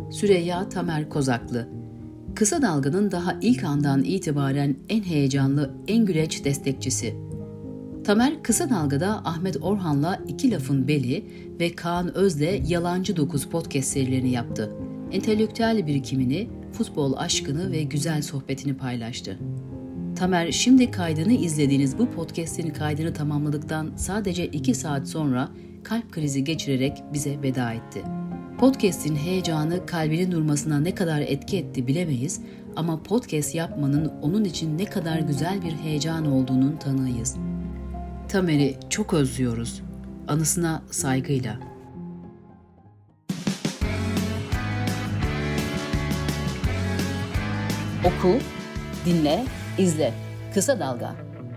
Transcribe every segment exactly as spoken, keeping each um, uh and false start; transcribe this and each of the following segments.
Süreyya Tamer Kozaklı. Kısa Dalga'nın daha ilk andan itibaren en heyecanlı, en güleç destekçisi. Tamer, Kısa Dalga'da Ahmet Orhan'la İki Lafın Beli ve Kaan Öz'le Yalancı Dokuz podcast serilerini yaptı. Entelektüel birikimini, futbol aşkını ve güzel sohbetini paylaştı. Tamer, şimdi kaydını izlediğiniz bu podcast'in kaydını tamamladıktan sadece iki saat sonra kalp krizi geçirerek bize veda etti. Podcast'in heyecanı kalbinin durmasına ne kadar etki etti bilemeyiz ama podcast yapmanın onun için ne kadar güzel bir heyecan olduğunun tanığıyız. Tamer'i çok özlüyoruz. Anısına saygıyla. Oku, dinle, izle. Kısa Dalga.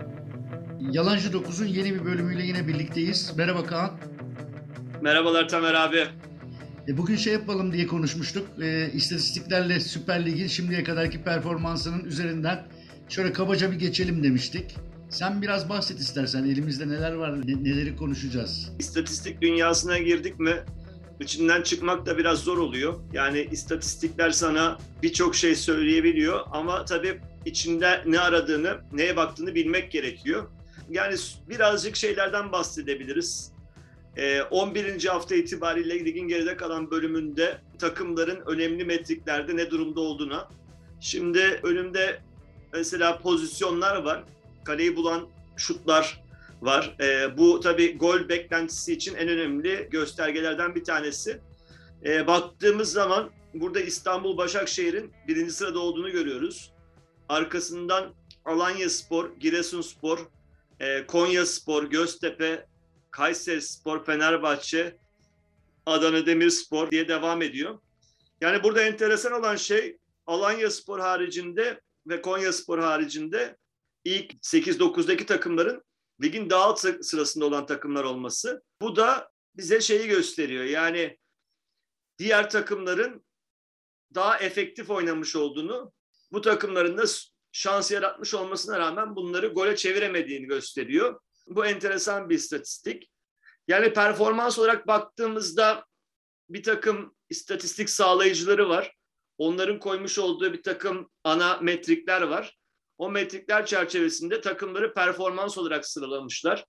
Yalancı Dokuz'un yeni bir bölümüyle yine birlikteyiz. Merhaba Kaan. Merhabalar Tamer abi. E bugün şey yapalım diye konuşmuştuk. E, istatistiklerle Süper Lig'in şimdiye kadarki performansının üzerinden şöyle kabaca bir geçelim demiştik. Sen biraz bahset istersen. Elimizde neler var, ne, neleri konuşacağız? İstatistik dünyasına girdik mi içinden çıkmak da biraz zor oluyor. Yani istatistikler sana birçok şey söyleyebiliyor ama tabii içinde ne aradığını, neye baktığını bilmek gerekiyor. Yani birazcık şeylerden bahsedebiliriz. on birinci hafta itibariyle ligin geride kalan bölümünde takımların önemli metriklerde ne durumda olduğuna. Şimdi önümde mesela pozisyonlar var. Kaleyi bulan şutlar var. E, bu tabii gol beklentisi için en önemli göstergelerden bir tanesi. E, baktığımız zaman burada İstanbul Başakşehir'in birinci sırada olduğunu görüyoruz. Arkasından Alanyaspor, Giresunspor, e, Konyaspor, Göztepe, Kayserispor, Fenerbahçe, Adana Demirspor diye devam ediyor. Yani burada enteresan olan şey Alanyaspor haricinde ve Konyaspor haricinde ilk sekiz dokuzdaki takımların ligin daha alt sırasında olan takımlar olması. Bu da bize şeyi gösteriyor. Yani diğer takımların daha efektif oynamış olduğunu, bu takımların da şans yaratmış olmasına rağmen bunları gole çeviremediğini gösteriyor. Bu enteresan bir istatistik. Yani performans olarak baktığımızda bir takım istatistik sağlayıcıları var. Onların koymuş olduğu bir takım ana metrikler var. O metrikler çerçevesinde takımları performans olarak sıralamışlar.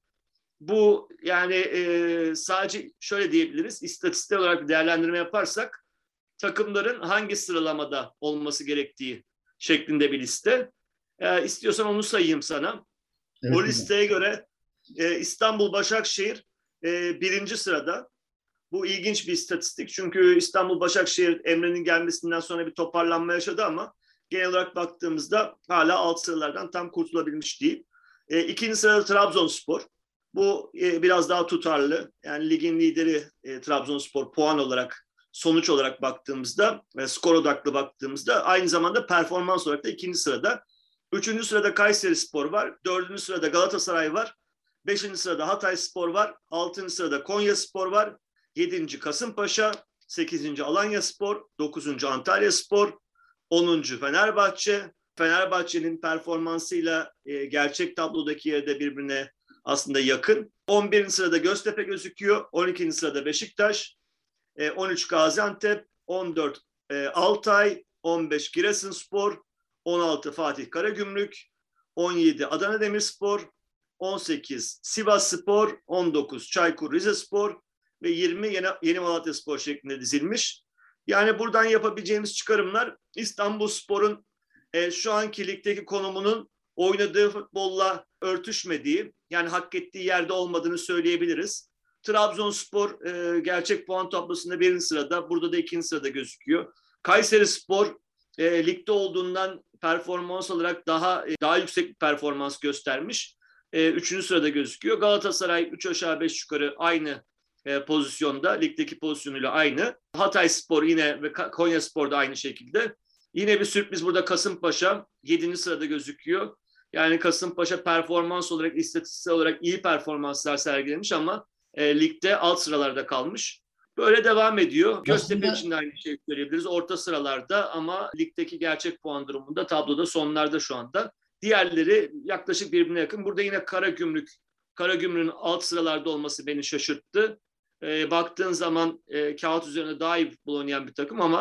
Bu yani e, sadece şöyle diyebiliriz, istatistik olarak bir değerlendirme yaparsak takımların hangi sıralamada olması gerektiği şeklinde bir liste. E, istiyorsan onu sayayım sana. Evet, o listeye göre e, İstanbul Başakşehir e, birinci sırada. Bu ilginç bir istatistik çünkü İstanbul Başakşehir Emre'nin gelmesinden sonra bir toparlanma yaşadı ama genel olarak baktığımızda hala alt sıralardan tam kurtulabilmiş değil. E, ikinci sırada Trabzonspor. Bu e, biraz daha tutarlı. Yani ligin lideri e, Trabzonspor puan olarak, sonuç olarak baktığımızda ve skor odaklı baktığımızda aynı zamanda performans olarak da ikinci sırada. Üçüncü sırada Kayserispor var. Dördüncü sırada Galatasaray var. Beşinci sırada Hatayspor var. Altıncı sırada Konyaspor var. Yedinci Kasımpaşa. Sekizinci Alanyaspor. Dokuzuncu Antalyaspor. Onuncu Fenerbahçe. Fenerbahçe'nin performansıyla e, gerçek tablodaki yeri de birbirine aslında yakın. on birinci sırada Göztepe gözüküyor. on ikinci sırada Beşiktaş. E, on üç Gaziantep. on dört e, Altay. on beş Giresunspor. on altı Fatih Karagümrük. on yedi Adana Demirspor. on sekiz Sivasspor. on dokuz Çaykur Rizespor. Ve yirmi Yeni, Yeni Malatyaspor şeklinde dizilmiş. Yani buradan yapabileceğimiz çıkarımlar İstanbulspor'un e, şu anki ligdeki konumunun oynadığı futbolla örtüşmediği, yani hak ettiği yerde olmadığını söyleyebiliriz. Trabzonspor e, gerçek puan tablosunda birinci sırada, burada da ikinci sırada gözüküyor. Kayserispor e, ligde olduğundan performans olarak daha e, daha yüksek bir performans göstermiş. E, üçüncü sırada gözüküyor. Galatasaray üç aşağı beş yukarı aynı E, pozisyonda, ligdeki pozisyonuyla aynı. Hatayspor yine ve Konyaspor da aynı şekilde. Yine bir sürpriz burada Kasımpaşa yedinci sırada gözüküyor. Yani Kasımpaşa performans olarak, istatistiksel olarak iyi performanslar sergilemiş ama e, ligde alt sıralarda kalmış. Böyle devam ediyor. Göztepe için de aynı şeyi söyleyebiliriz. Orta sıralarda ama ligdeki gerçek puan durumunda tabloda sonlarda şu anda. Diğerleri yaklaşık birbirine yakın. Burada yine Karagümrük, Karagümrük'ün alt sıralarda olması beni şaşırttı. E, baktığın zaman e, kağıt üzerinde daha iyi futbol oynayan bir takım ama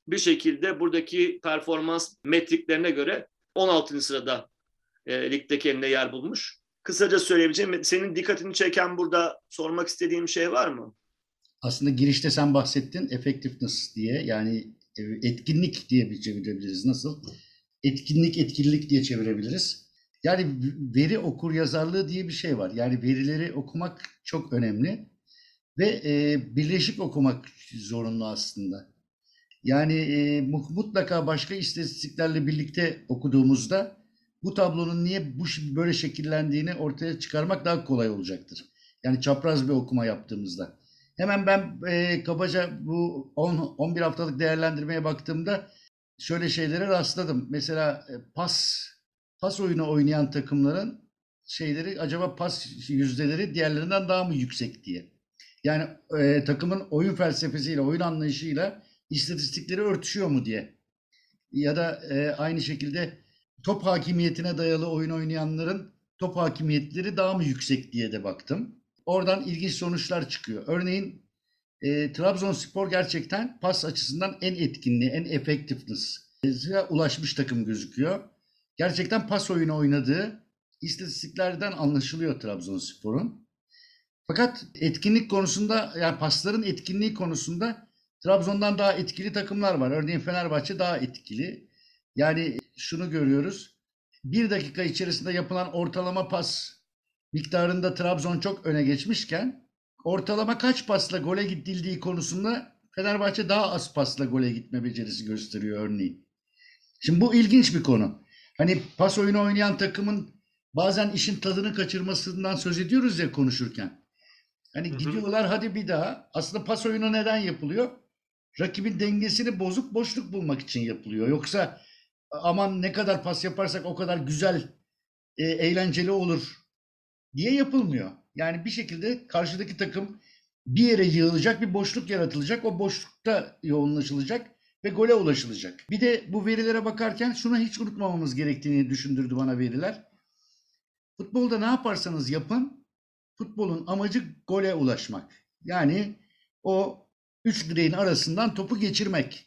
bir şekilde buradaki performans metriklerine göre on altıncı sırada e, ligde kendine yer bulmuş. Kısaca söyleyebileceğim, senin dikkatini çeken burada sormak istediğim şey var mı? Aslında girişte sen bahsettin effectiveness diye, yani etkinlik diye bir çevirebiliriz. Nasıl? Etkinlik, etkililik diye çevirebiliriz. Yani veri okur yazarlığı diye bir şey var. Yani verileri okumak çok önemli ve e, birleşik okumak zorunlu aslında. Yani e, mutlaka başka istatistiklerle birlikte okuduğumuzda bu tablonun niye bu böyle şekillendiğini ortaya çıkarmak daha kolay olacaktır. Yani çapraz bir okuma yaptığımızda. Hemen ben e, kabaca bu on on bir haftalık değerlendirmeye baktığımda şöyle şeylere rastladım. Mesela e, pas pas oyunu oynayan takımların şeyleri, acaba pas yüzdeleri diğerlerinden daha mı yüksek diye. Yani e, takımın oyun felsefesiyle, oyun anlayışıyla istatistikleri örtüşüyor mu diye. Ya da e, aynı şekilde top hakimiyetine dayalı oyun oynayanların top hakimiyetleri daha mı yüksek diye de baktım. Oradan ilginç sonuçlar çıkıyor. Örneğin e, Trabzonspor gerçekten pas açısından en etkinliği, en effectiveness'a ulaşmış takım gözüküyor. Gerçekten pas oyunu oynadığı istatistiklerden anlaşılıyor Trabzonspor'un. Fakat etkinlik konusunda, yani pasların etkinliği konusunda Trabzon'dan daha etkili takımlar var. Örneğin Fenerbahçe daha etkili. Yani şunu görüyoruz. Bir dakika içerisinde yapılan ortalama pas miktarında Trabzon çok öne geçmişken ortalama kaç pasla gole gidildiği konusunda Fenerbahçe daha az pasla gole gitme becerisi gösteriyor örneğin. Şimdi bu ilginç bir konu. Hani pas oyunu oynayan takımın bazen işin tadını kaçırmasından söz ediyoruz ya konuşurken. Hani hı hı. Gidiyorlar hadi bir daha. Aslında pas oyunu neden yapılıyor? Rakibin dengesini bozup boşluk bulmak için yapılıyor. Yoksa aman ne kadar pas yaparsak o kadar güzel, e, eğlenceli olur diye yapılmıyor. Yani bir şekilde karşıdaki takım bir yere yığılacak, bir boşluk yaratılacak. O boşlukta yoğunlaşılacak ve gole ulaşılacak. Bir de bu verilere bakarken şunu hiç unutmamamız gerektiğini düşündürdü bana veriler. Futbolda ne yaparsanız yapın, futbolun amacı gole ulaşmak. Yani o üç direğin arasından topu geçirmek.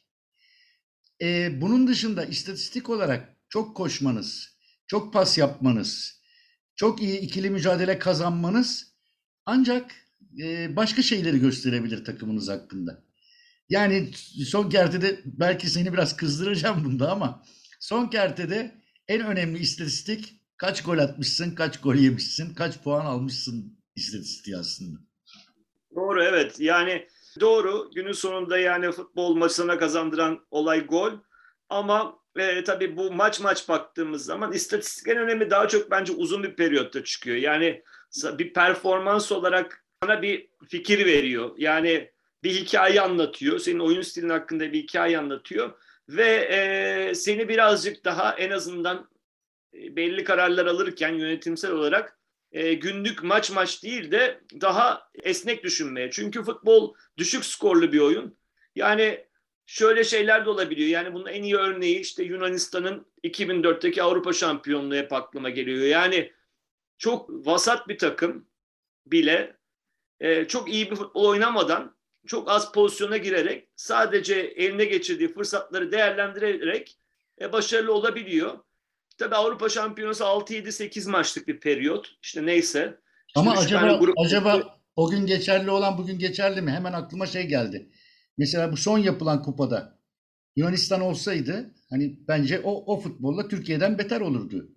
Ee, bunun dışında istatistik olarak çok koşmanız, çok pas yapmanız, çok iyi ikili mücadele kazanmanız ancak e, başka şeyleri gösterebilir takımınız hakkında. Yani son kertede belki seni biraz kızdıracağım bunda ama son kertede en önemli istatistik kaç gol atmışsın, kaç gol yemişsin, kaç puan almışsın istatistiği aslında. Doğru, evet. Yani doğru, günün sonunda yani futbol maçına kazandıran olay gol. Ama e, tabii bu maç maç baktığımız zaman istatistiklerin önemi daha çok bence uzun bir periyotta çıkıyor. Yani bir performans olarak sana bir fikir veriyor. Yani bir hikaye anlatıyor. Senin oyun stilin hakkında bir hikaye anlatıyor. Ve e, seni birazcık daha en azından belli kararlar alırken yönetimsel olarak e, günlük maç maç değil de daha esnek düşünmeye. Çünkü futbol düşük skorlu bir oyun. Yani şöyle şeyler de olabiliyor. Yani bunun en iyi örneği işte Yunanistan'ın iki bin dörtteki Avrupa şampiyonluğu hep aklıma geliyor. Yani çok vasat bir takım bile e, çok iyi bir futbol oynamadan çok az pozisyona girerek sadece eline geçirdiği fırsatları değerlendirerek e, başarılı olabiliyor. Tabii Avrupa Şampiyonası altı yedi sekiz maçlık bir periyot. İşte neyse. İşte Ama acaba grup... acaba o gün geçerli olan bugün geçerli mi? Hemen aklıma şey geldi. Mesela bu son yapılan kupada Yunanistan olsaydı hani bence o o futbolla Türkiye'den beter olurdu.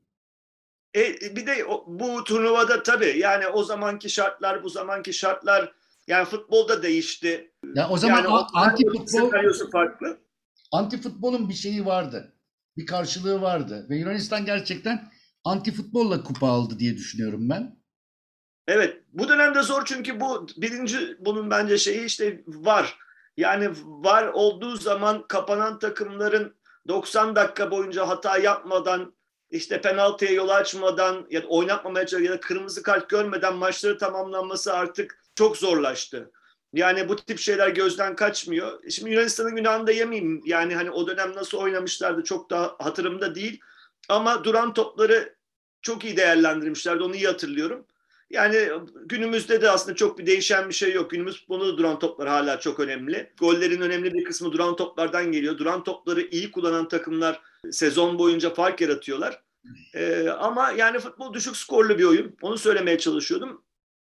E, bir de o, bu turnuvada tabii yani o zamanki şartlar, bu zamanki şartlar, yani futbolda değişti. Ya o zaman yani a- anti futbol senaryosu farklı. Anti futbolun bir şeyi vardı. Bir karşılığı vardı ve Yunanistan gerçekten anti futbolla kupa aldı diye düşünüyorum ben. Evet, bu dönemde zor çünkü bu birinci bunun bence şeyi işte var. Yani var olduğu zaman kapanan takımların doksan dakika boyunca hata yapmadan, işte penaltıya yol açmadan ya da oynatmamaya çalışan ya da kırmızı kart görmeden maçları tamamlanması artık çok zorlaştı. Yani bu tip şeyler gözden kaçmıyor. Şimdi Yunanistan'ın günahını da yemeyeyim. Yani hani o dönem nasıl oynamışlardı çok da hatırımda değil. Ama duran topları çok iyi değerlendirmişlerdi. Onu iyi hatırlıyorum. Yani günümüzde de aslında çok bir değişen bir şey yok. Günümüz futbolunda duran toplar hala çok önemli. Gollerin önemli bir kısmı duran toplardan geliyor. Duran topları iyi kullanan takımlar sezon boyunca fark yaratıyorlar. Ee, ama yani futbol düşük skorlu bir oyun. Onu söylemeye çalışıyordum.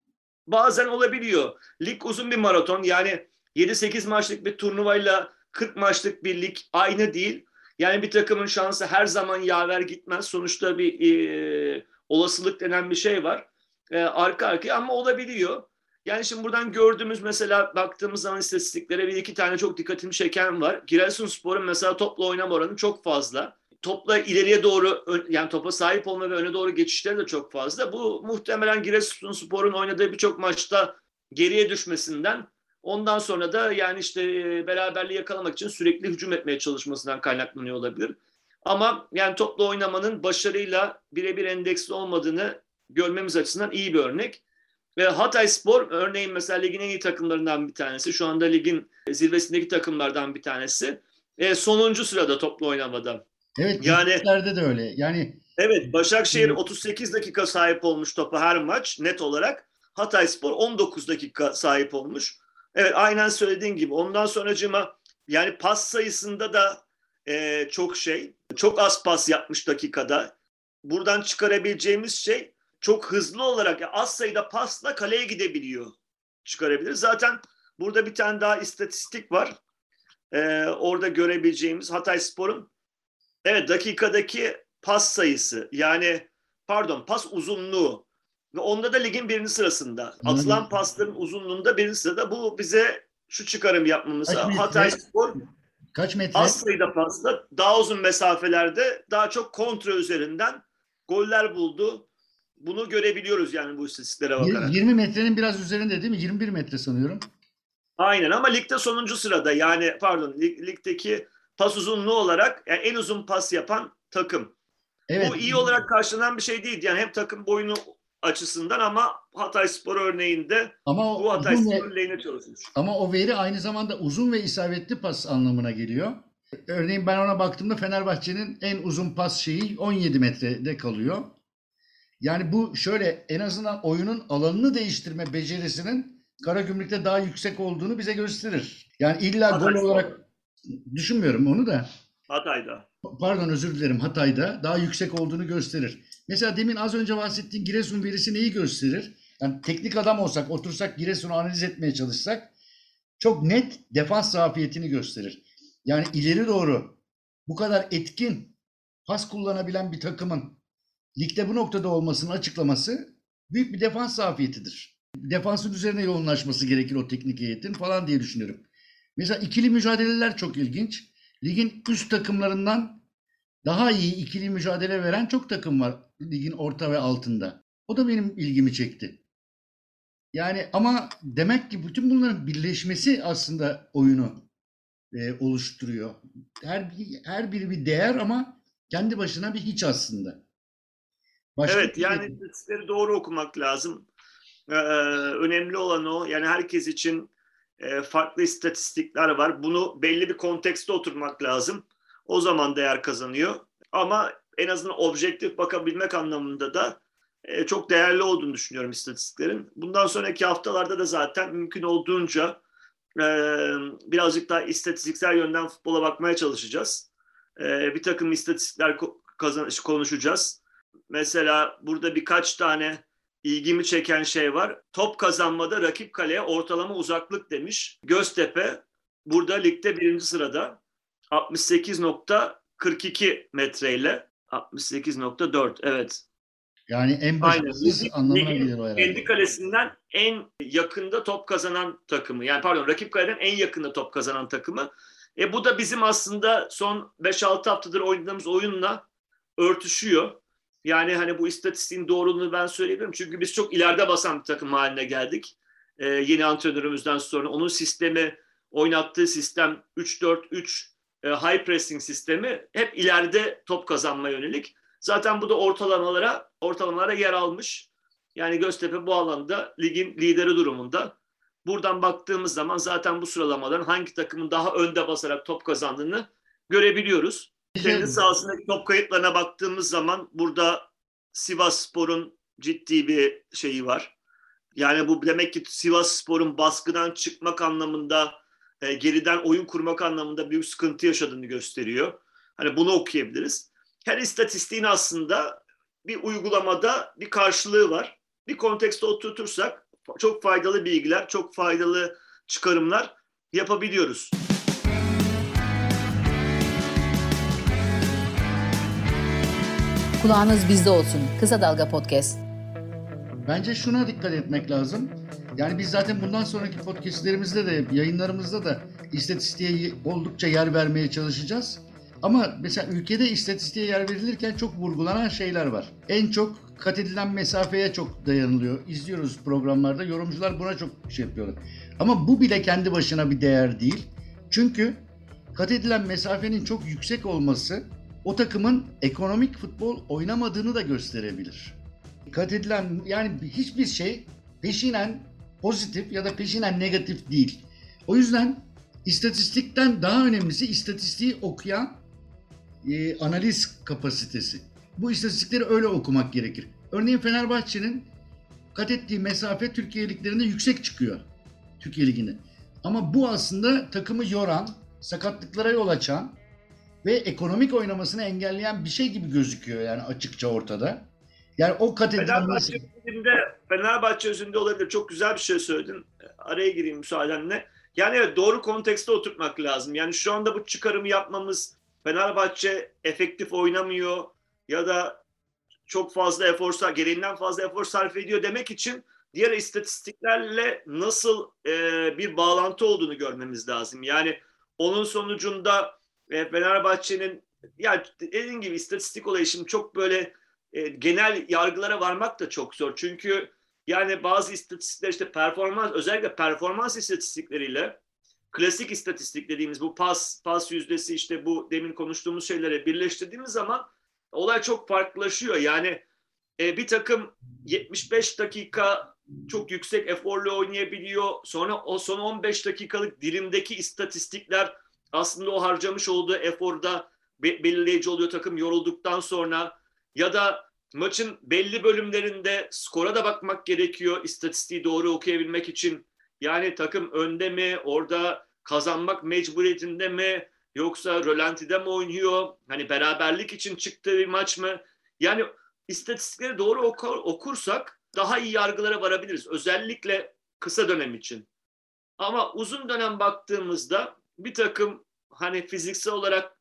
Bazen olabiliyor. Lig uzun bir maraton. Yani yedi sekiz maçlık bir turnuvayla kırk maçlık bir lig aynı değil. Yani bir takımın şansı her zaman yaver gitmez. Sonuçta bir e, olasılık denen bir şey var. E, arka arkaya ama olabiliyor. Yani şimdi buradan gördüğümüz mesela baktığımız zaman istatistiklere bir iki tane çok dikkatimi çeken var. Giresunspor'un mesela topla oynama oranı çok fazla. Topla ileriye doğru yani topa sahip olma ve öne doğru geçişleri de çok fazla. Bu muhtemelen Giresunspor'un oynadığı birçok maçta geriye düşmesinden ondan sonra da yani işte beraberliği yakalamak için sürekli hücum etmeye çalışmasından kaynaklanıyor olabilir. Ama yani topla oynamanın başarıyla birebir endeksli olmadığını görmemiz açısından iyi bir örnek. Ve Hatayspor örneğin mesela ligin en iyi takımlarından bir tanesi. Şu anda ligin zirvesindeki takımlardan bir tanesi. E, sonuncu sırada topla oynamada. Evet, yani geçişlerde de öyle. Yani evet, Başakşehir otuz sekiz dakika sahip olmuş topa her maç net olarak. Hatayspor on dokuz dakika sahip olmuş. Evet, aynen söylediğin gibi. Ondan sonracığıma yani pas sayısında da e, çok şey, çok az pas yapmış dakikada. Buradan çıkarabileceğimiz şey çok hızlı olarak yani az sayıda pasla kaleye gidebiliyor. Çıkarabilir. Zaten burada bir tane daha istatistik var. E, orada görebileceğimiz Hatayspor'un evet dakikadaki pas sayısı yani pardon pas uzunluğu ve onda da ligin birinci sırasında. Atılan pasların uzunluğunda birinci sırada. Bu bize şu çıkarım yapmamızı kaç metre? Hatayspor Kaç metre? az sayıda pasla daha uzun mesafelerde daha çok kontra üzerinden goller buldu. Bunu görebiliyoruz yani bu istatistiklere bakarak. yirmi metrenin biraz üzerinde değil mi? yirmi bir metre sanıyorum. Aynen ama ligde sonuncu sırada yani pardon lig, ligdeki pas uzunluğu olarak yani en uzun pas yapan takım. Evet. Bu iyi olarak karşılanan bir şey değil. Yani hem takım boyunu açısından ama Hatayspor örneğinde ama bu Hatayspor'un ve, lehine çalışmış. ama o veri aynı zamanda uzun ve isabetli pas anlamına geliyor. Örneğin ben ona baktığımda Fenerbahçe'nin en uzun pas şeyi on yedi metrede kalıyor. Yani bu şöyle en azından oyunun alanını değiştirme becerisinin Karagümrük'te daha yüksek olduğunu bize gösterir. Yani illa Hatay gol olarak düşünmüyorum onu da. Hatay'da. Pardon özür dilerim Hatay'da daha yüksek olduğunu gösterir. Mesela demin az önce bahsettiğim Giresun verisi neyi gösterir? Yani teknik adam olsak, otursak Giresun'u analiz etmeye çalışsak çok net defans zafiyetini gösterir. Yani ileri doğru bu kadar etkin pas kullanabilen bir takımın ligde bu noktada olmasının açıklaması büyük bir defans zafiyetidir. Defansın üzerine yoğunlaşması gerekir o teknik heyetin falan diye düşünüyorum. Mesela ikili mücadeleler çok ilginç. Ligin üst takımlarından daha iyi ikili mücadele veren çok takım var ligin orta ve altında. O da benim ilgimi çekti. Yani ama demek ki bütün bunların birleşmesi aslında oyunu e, oluşturuyor. Her her biri bir değer ama kendi başına bir hiç aslında. Başka evet yani istatistikleri doğru okumak lazım. Ee, önemli olan o. Yani herkes için e, farklı istatistikler var. Bunu belli bir kontekste oturmak lazım. O zaman değer kazanıyor. Ama en azından objektif bakabilmek anlamında da e, çok değerli olduğunu düşünüyorum istatistiklerin. Bundan sonraki haftalarda da zaten mümkün olduğunca e, birazcık daha istatistiksel yönden futbola bakmaya çalışacağız. E, bir takım istatistikler kazan- konuşacağız. Mesela burada birkaç tane ilgimi çeken şey var. Top kazanmada rakip kaleye ortalama uzaklık demiş. Göztepe burada ligde birinci sırada. altmış sekiz nokta kırk iki metreyle. altmış sekiz nokta dört evet. Yani en başarısız anlamına gelir o herhalde. Kendi kalesinden en yakında top kazanan takımı. Yani pardon rakip kaleden en yakında top kazanan takımı. E bu da bizim aslında son beş altı haftadır oynadığımız oyunla örtüşüyor. Yani hani bu istatistiğin doğruluğunu ben söyleyebilirim. Çünkü biz çok ileride basan bir takım haline geldik. Ee, yeni antrenörümüzden sonra. Onun sistemi, oynattığı sistem üç dört üç e, high pressing sistemi hep ileride top kazanma yönelik. Zaten bu da ortalamalara ortalamalara yer almış. Yani Göztepe bu alanda ligin lideri durumunda. Buradan baktığımız zaman zaten bu sıralamadan hangi takımın daha önde basarak top kazandığını görebiliyoruz. Kendi sahasındaki top kayıtlarına baktığımız zaman burada Sivasspor'un ciddi bir şeyi var. Yani bu demek ki Sivasspor'un baskıdan çıkmak anlamında, e, geriden oyun kurmak anlamında büyük sıkıntı yaşadığını gösteriyor. Hani bunu okuyabiliriz. Her istatistiğin aslında bir uygulamada bir karşılığı var. Bir kontekste oturtursak çok faydalı bilgiler, çok faydalı çıkarımlar yapabiliyoruz. Kulağınız bizde olsun. Kısa Dalga Podcast. Bence şuna dikkat etmek lazım. Yani biz zaten bundan sonraki podcastlerimizde de, yayınlarımızda da istatistiğe oldukça yer vermeye çalışacağız. Ama mesela ülkede istatistiğe yer verilirken çok vurgulanan şeyler var. En çok kat edilen mesafeye çok dayanılıyor. İzliyoruz programlarda, yorumcular buna çok şey yapıyorlar. Ama bu bile kendi başına bir değer değil. Çünkü kat edilen mesafenin çok yüksek olması o takımın ekonomik futbol oynamadığını da gösterebilir. Kat edilen yani hiçbir şey peşinen pozitif ya da peşinen negatif değil. O yüzden istatistikten daha önemlisi istatistiği okuyan e, analiz kapasitesi. Bu istatistikleri öyle okumak gerekir. Örneğin Fenerbahçe'nin kat ettiği mesafe Türkiye liglerinde yüksek çıkıyor. Türkiye liginde. Ama bu aslında takımı yoran, sakatlıklara yol açan ve ekonomik oynamasını engelleyen bir şey gibi gözüküyor yani açıkça ortada. Yani o kat edilen Fenerbahçe özünde, Fenerbahçe özünde olabilir. Çok güzel bir şey söyledin. Araya gireyim müsaadenle. Yani evet, doğru kontekste oturtmak lazım. Yani şu anda bu çıkarımı yapmamız, Fenerbahçe efektif oynamıyor ya da çok fazla efor, gereğinden fazla efor sarf ediyor demek için diğer istatistiklerle nasıl e, bir bağlantı olduğunu görmemiz lazım. Yani onun sonucunda e, Fenerbahçe'nin, yani dediğim gibi istatistik olayı şimdi çok böyle e, genel yargılara varmak da çok zor. Çünkü yani bazı istatistikler işte performans, özellikle performans istatistikleriyle klasik istatistik dediğimiz bu pas, pas yüzdesi, işte bu demin konuştuğumuz şeylere birleştirdiğimiz zaman olay çok farklılaşıyor. Yani e, bir takım yetmiş beş dakika çok yüksek eforlu oynayabiliyor. Sonra o son on beş dakikalık dilimdeki istatistikler aslında o harcamış olduğu eforda belirleyici oluyor takım yorulduktan sonra. Ya da maçın belli bölümlerinde skora da bakmak gerekiyor istatistiği doğru okuyabilmek için. Yani takım önde mi, orada kazanmak mecburiyetinde mi, yoksa rölantide mi oynuyor? Hani beraberlik için çıktığı bir maç mı? Yani istatistikleri doğru okur, okursak daha iyi yargılara varabiliriz. Özellikle kısa dönem için. Ama uzun dönem baktığımızda bir takım hani fiziksel olarak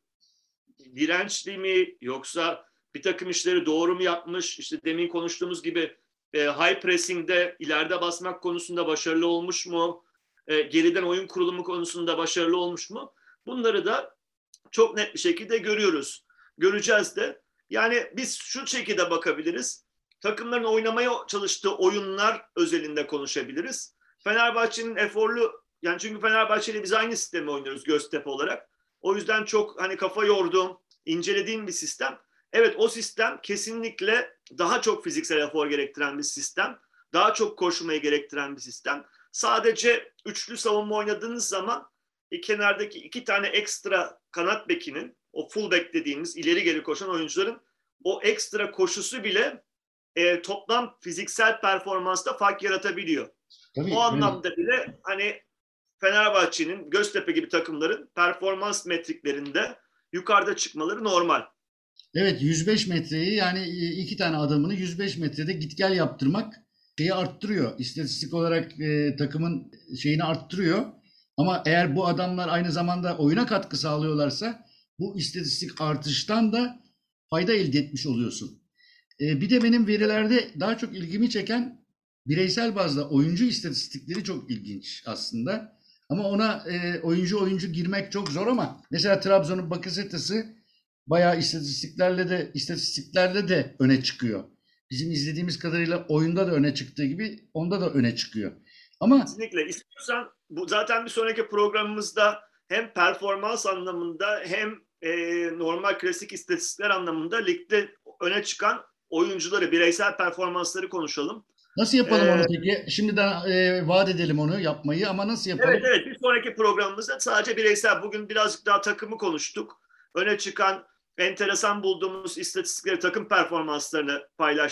dirençli mi, yoksa bir takım işleri doğru mu yapmış? İşte demin konuştuğumuz gibi e, high pressing'de ileride basmak konusunda başarılı olmuş mu? E, geriden oyun kurulumu konusunda başarılı olmuş mu? Bunları da çok net bir şekilde görüyoruz. Göreceğiz de. Yani biz şu şekilde bakabiliriz. Takımların oynamaya çalıştığı oyunlar özelinde konuşabiliriz. Fenerbahçe'nin eforlu, yani çünkü Fenerbahçe ile biz aynı sistemi oynuyoruz Göztepe olarak. O yüzden çok hani kafa yorduğum, incelediğim bir sistem. Evet, o sistem kesinlikle daha çok fiziksel efor gerektiren bir sistem. Daha çok koşmayı gerektiren bir sistem. Sadece üçlü savunma oynadığınız zaman e, kenardaki iki tane ekstra kanat bekinin, o full back dediğimiz ileri geri koşan oyuncuların o ekstra koşusu bile e, toplam fiziksel performansta fark yaratabiliyor. Tabii, o anlamda evet. Bile hani Fenerbahçe'nin, Göztepe gibi takımların performans metriklerinde yukarıda çıkmaları normal. Evet, yüz beş metreyi yani iki tane adamını yüz beş metrede git gel yaptırmak şeyi arttırıyor. İstatistik olarak e, takımın şeyini arttırıyor. Ama eğer bu adamlar aynı zamanda oyuna katkı sağlıyorlarsa bu istatistik artıştan da fayda elde etmiş oluyorsun. E, bir de benim verilerde daha çok ilgimi çeken bireysel bazda oyuncu istatistikleri çok ilginç aslında. Ama ona e, oyuncu oyuncu girmek çok zor ama mesela Trabzon'un Bakasetas'ı bayağı istatistiklerle de istatistiklerle de öne çıkıyor. Bizim izlediğimiz kadarıyla oyunda da öne çıktığı gibi onda da öne çıkıyor. Ama kesinlikle istiyorsan bu zaten bir sonraki programımızda hem performans anlamında hem e, normal klasik istatistikler anlamında ligde öne çıkan oyuncuları, bireysel performansları konuşalım. Nasıl yapalım ee, onu peki? Şimdiden e, vaat edelim onu yapmayı ama nasıl yapalım? Evet evet bir sonraki programımızda sadece bireysel, bugün birazcık daha takımı konuştuk. Öne çıkan enteresan bulduğumuz istatistikleri, takım performanslarını paylaştık.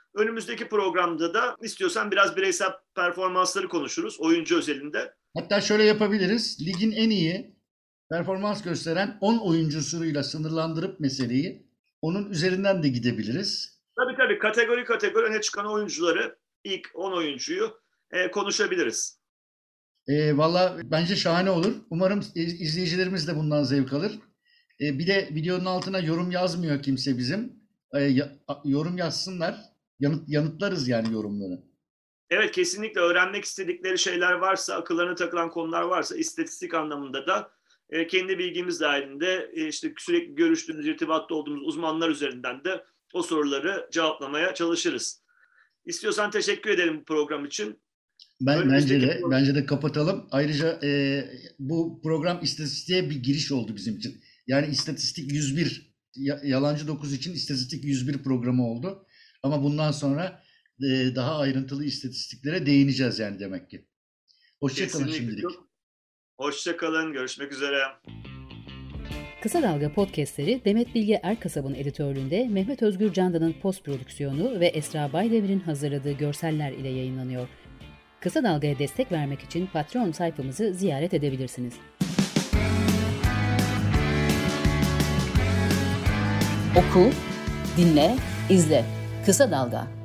Önümüzdeki programda da istiyorsan biraz bireysel performansları konuşuruz oyuncu özelinde. Hatta şöyle yapabiliriz. Ligin en iyi performans gösteren on oyuncusuyla sınırlandırıp meseleyi onun üzerinden de gidebiliriz. Tabii tabii kategori kategori öne çıkan oyuncuları, ilk on oyuncuyu e, konuşabiliriz. E, Valla bence şahane olur. Umarım izleyicilerimiz de bundan zevk alır. E, bir de videonun altına yorum yazmıyor kimse bizim. E, ya, yorum yazsınlar. Yanıt, yanıtlarız yani yorumları. Evet, kesinlikle öğrenmek istedikleri şeyler varsa, akıllarına takılan konular varsa istatistik anlamında da e, kendi bilgimiz dahilinde e, işte sürekli görüştüğümüz, irtibatta olduğumuz uzmanlar üzerinden de o soruları cevaplamaya çalışırız. İstiyorsan teşekkür ederim bu program için. Ben, bence de program... bence de kapatalım. Ayrıca e, bu program istatistiğe bir giriş oldu bizim için. Yani istatistik yüz bir, Yalancı dokuz için istatistik yüz bir programı oldu. Ama bundan sonra e, daha ayrıntılı istatistiklere değineceğiz yani demek ki. Hoşçakalın şimdilik. Hoşçakalın, görüşmek üzere. Kısa Dalga podcastleri Demet Bilge Erkasab'ın editörlüğünde Mehmet Özgür Candan'ın post prodüksiyonu ve Esra Baydemir'in hazırladığı görseller ile yayınlanıyor. Kısa Dalga'ya destek vermek için Patreon sayfamızı ziyaret edebilirsiniz. Oku, dinle, izle. Kısa Dalga.